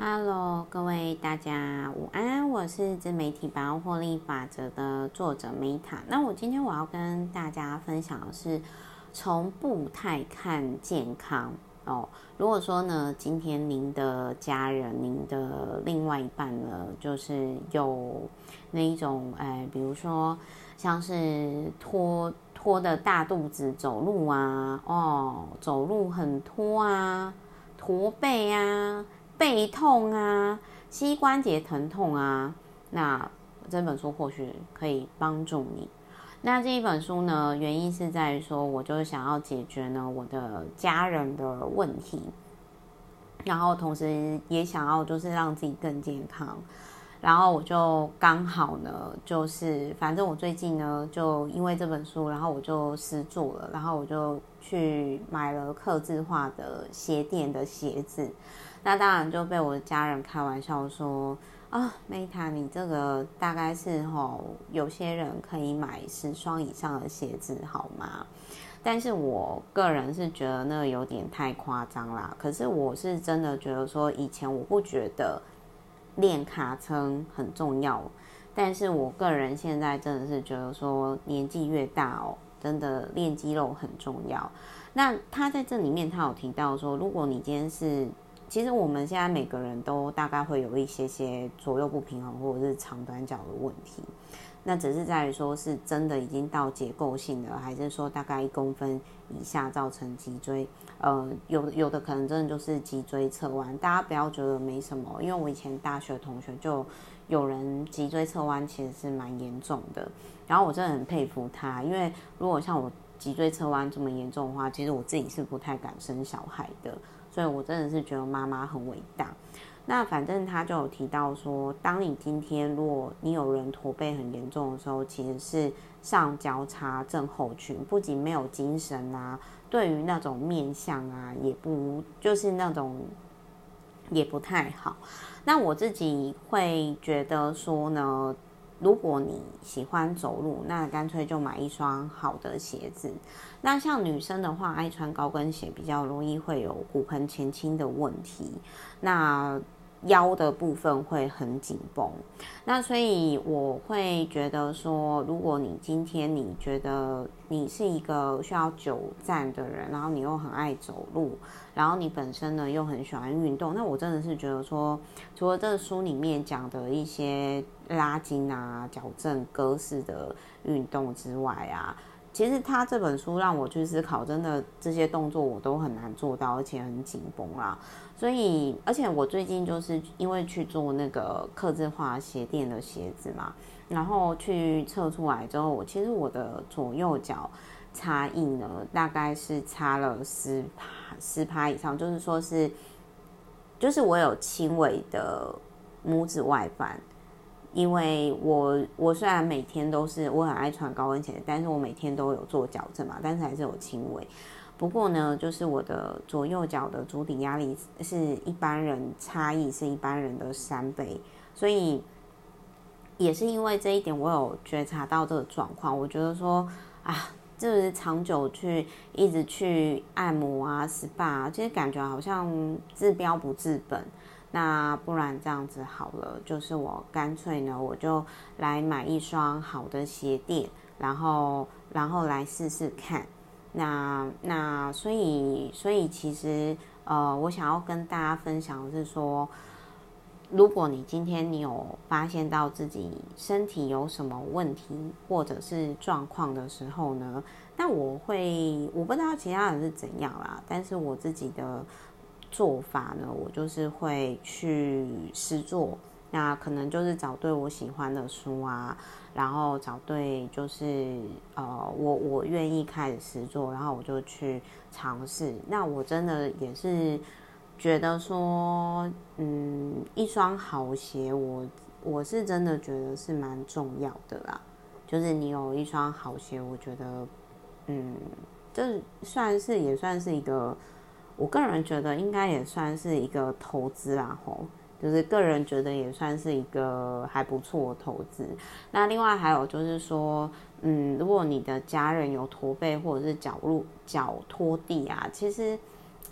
Hello，各位大家午安，我是自媒体百万获利法则的作者 Meta。那我今天要跟大家分享的是从步态看健康哦。如果说呢，今天您的家人、您的另外一半呢，就是有那一种比如说像是拖的大肚子走路啊，走路很拖啊，驼背啊。背痛啊，膝关节疼痛啊，那这本书或许可以帮助你。那这一本书呢，原因是在于说，我就是想要解决呢我的家人的问题，然后同时也想要就是让自己更健康。然后我就刚好呢，就是反正我最近呢，就因为这本书，然后我就失住了，然后我就去买了客制化的鞋店的鞋子。那当然就被我的家人开玩笑说啊，Meta 你这个大概是有些人可以买10双以上的鞋子好吗？但是我个人是觉得那个有点太夸张啦。可是我是真的觉得说，以前我不觉得练卡撑很重要，但是我个人现在真的是觉得说，年纪越大真的练肌肉很重要。那他在这里面他有提到说，如果你今天是其实我们现在每个人都大概会有一些左右不平衡或者是长短脚的问题，那只是在于说是真的已经到结构性的，还是说大概1公分以下造成脊椎，有的可能真的就是脊椎侧弯，大家不要觉得没什么，因为我以前大学同学就有人脊椎侧弯其实是蛮严重的，然后我真的很佩服他，因为如果像我脊椎侧弯这么严重的话，其实我自己是不太敢生小孩的。所以我真的是觉得妈妈很伟大。那反正他就有提到说，当你今天如果你有人驼背很严重的时候，其实是上交叉症候群，不仅没有精神啊，对于那种面相啊，也不就是那种也不太好。那我自己会觉得说呢，如果你喜欢走路，那干脆就买一双好的鞋子。那像女生的话，爱穿高跟鞋比较容易会有骨盆前倾的问题，那腰的部分会很紧绷。那所以我会觉得说，如果你今天你觉得你是一个需要久站的人，然后你又很爱走路，然后你本身呢又很喜欢运动，那我真的是觉得说，除了这书里面讲的一些拉筋啊、矫正鸽式的运动之外啊，其实他这本书让我去思考，真的这些动作我都很难做到，而且很紧绷啦。所以，而且我最近就是因为去做那个客制化鞋垫的鞋子嘛，然后去测出来之后，其实我的左右脚差异呢，大概是差了10%以上，就是说就是我有轻微的拇指外翻。因为我虽然每天都是我很爱穿高跟鞋，但是我每天都有做矫正嘛，但是还是有轻微。不过呢，就是我的左右脚的足底压力是一般人差异是一般人的3倍，所以也是因为这一点，我有觉察到这个状况。我觉得说就是长久一直去按摩啊、SPA 啊，其实感觉好像治标不治本。那不然这样子好了，就是我干脆呢，我就来买一双好的鞋垫，然后来试试看。所以其实我想要跟大家分享的是说，如果你今天你有发现到自己身体有什么问题或者是状况的时候呢，那我不知道其他人是怎样啦，但是我自己的做法呢，我就是会去实作，那可能就是找对我喜欢的书啊，然后找对就是我愿意开始实作，然后我就去尝试。那我真的也是觉得说，一双好鞋，我是真的觉得是蛮重要的啦。就是你有一双好鞋，我觉得，这也算是一个。我个人觉得应该也算是一个投资啦吼，就是个人觉得也算是一个还不错的投资。那另外还有就是说，如果你的家人有驼背或者是脚拖地啊，其实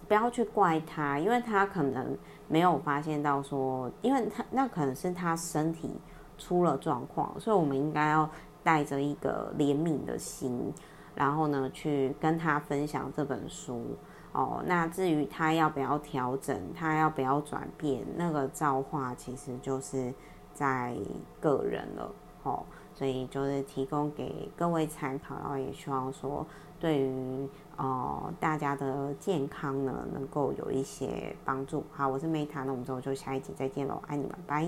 不要去怪他，因为他可能没有发现到说，因为他那可能是他身体出了状况，所以我们应该要带着一个怜悯的心，然后呢去跟他分享这本书哦。那至于他要不要调整，他要不要转变，那个造化其实就是在个人了哦。所以就是提供给各位参考，然后也希望说对于大家的健康呢能够有一些帮助。好，我是Meta，那我们之后就下一集再见喽，爱你们，拜。